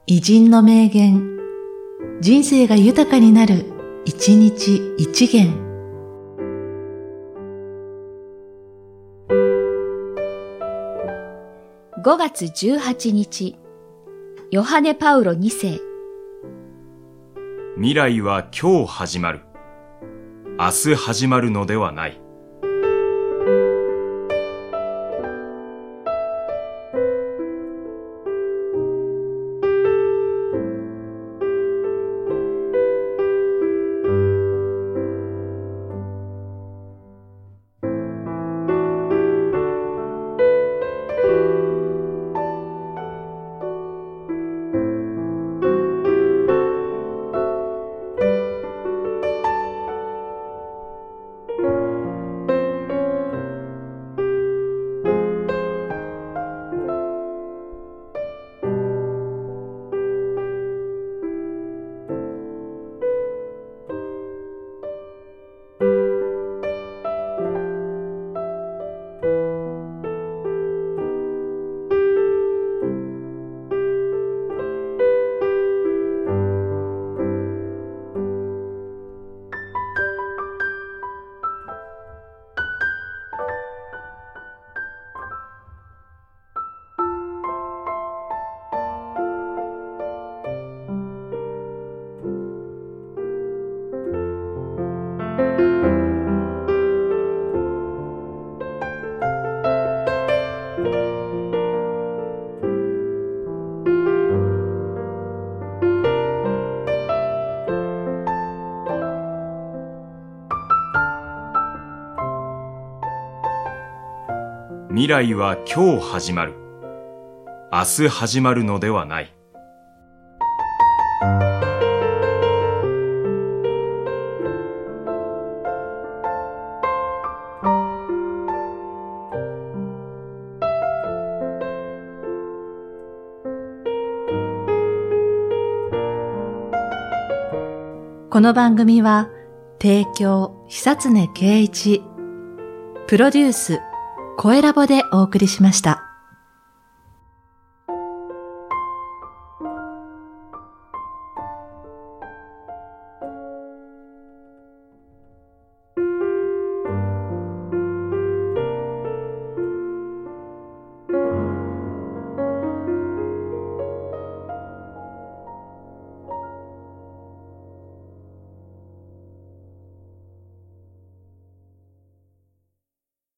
偉人の名言、人生が豊かになる、一日一元。 5月18日、ヨハネ・パウロ2世。 未来は今日始まる。明日始まるのではない。未来は今日始まる。明日始まるのではない。 この番組は、提供、久常圭一、プロデュース、声ラボでお送りしました。